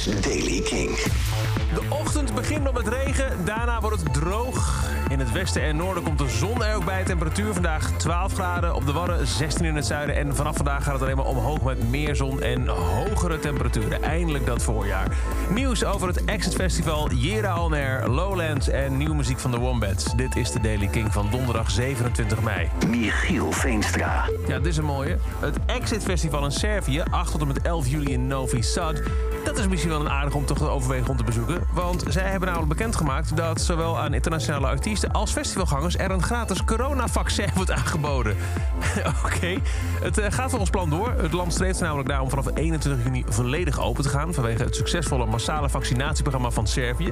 Daily King. De ochtend begint nog met regen, daarna wordt het droog. In het westen en noorden komt de zon er ook bij. Temperatuur vandaag 12 graden op de Wadden, 16 in het zuiden. En vanaf vandaag gaat het alleen maar omhoog met meer zon en hogere temperaturen. Eindelijk dat voorjaar. Nieuws over het Exit Festival, Jera On Air, Lowlands en nieuwe muziek van de Wombats. Dit is de Daily King van donderdag 27 mei. Michiel Veenstra. Ja, dit is een mooie. Het Exit Festival in Servië, 8 tot en met 11 juli in Novi Sad. Dat is misschien wel een aardig om toch te overwegen om te bezoeken. Want zij hebben namelijk bekendgemaakt dat zowel aan internationale artiesten als festivalgangers er een gratis coronavaccin wordt aangeboden. Oké. Het gaat volgens plan door. Het land streeft namelijk daarom vanaf 21 juni volledig open te gaan vanwege het succesvolle massale vaccinatieprogramma van Servië.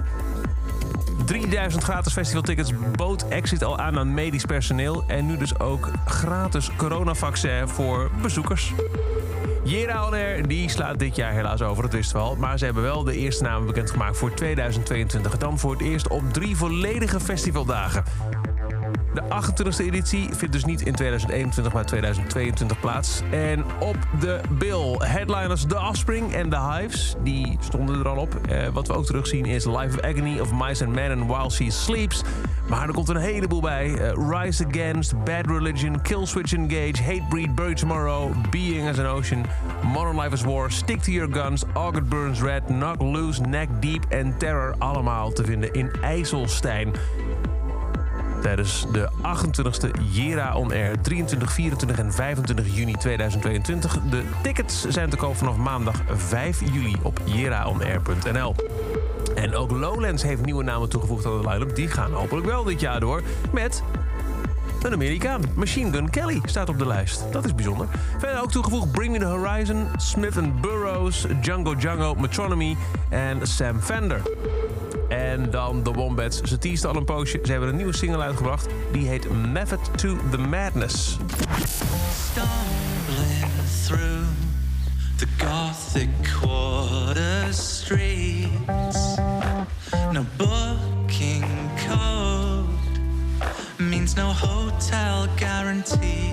3000 gratis festivaltickets bood Exit al aan medisch personeel. En nu dus ook gratis coronavaccin voor bezoekers. Jera On Air, die slaat dit jaar helaas over, dat wisten we al. Maar ze hebben wel de eerste namen bekendgemaakt voor 2022. Dan voor het eerst op 3 volledige festivaldagen. De 28e editie vindt dus niet in 2021, maar 2022 plaats. En op de bill headliners The Offspring en The Hives. Die stonden er al op. Wat we ook terugzien is Life of Agony of Mice and Men and While She Sleeps. Maar er komt een heleboel bij. Rise Against, Bad Religion, Killswitch Engage, Hatebreed, Bury Tomorrow, Being as an Ocean, Modern Life is War, Stick to Your Guns, August Burns Red, Knock Loose, Neck Deep en Terror. Allemaal te vinden in IJsselstein. Tijdens de 28e Jera On Air, 23, 24 en 25 juni 2022. De tickets zijn te koop vanaf maandag 5 juli op jeraonair.nl. En ook Lowlands heeft nieuwe namen toegevoegd aan de line-up. Die gaan hopelijk wel dit jaar door met een Amerikaan. Machine Gun Kelly staat op de lijst. Dat is bijzonder. Verder ook toegevoegd Bring Me The Horizon, Smith & Burroughs, Django, Metronomy en Sam Fender. En dan de Wombats. Ze teasten al een poosje. Ze hebben een nieuwe single uitgebracht. Die heet Method to the Madness. Stumbling through the gothic quarter streets. No booking code means no hotel guarantee.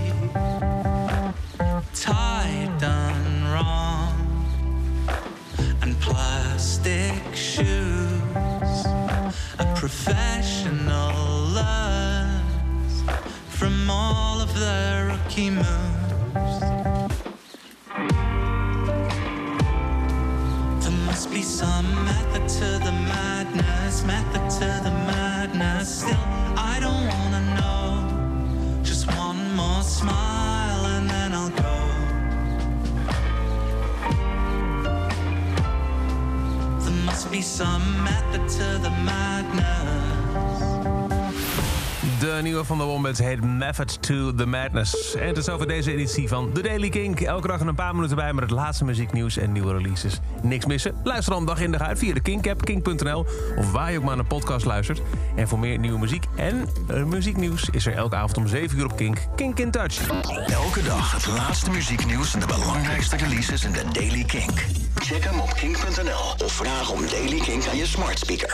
Tied done wrong and plastic shoes. A professional learns from all of their rookie moves. There must be some method to the madness, method to the madness. Still, I don't wanna know. Just one more smile and then I'll go. There must be some method to the madness. De nieuwe van de Wombats heet Method to the Madness. En het is over deze editie van The Daily King. Elke dag een paar minuten bij met het laatste muzieknieuws en nieuwe releases. Niks missen? Luister dan dag in dag uit via de King-app, king.nl... of waar je ook maar naar een podcast luistert. En voor meer nieuwe muziek en muzieknieuws is er elke avond om 7 uur op Kink. Kink in Touch. Elke dag het laatste muzieknieuws en de belangrijkste releases in de Daily King. Check hem op king.nl of vraag om Daily King aan je smart speaker.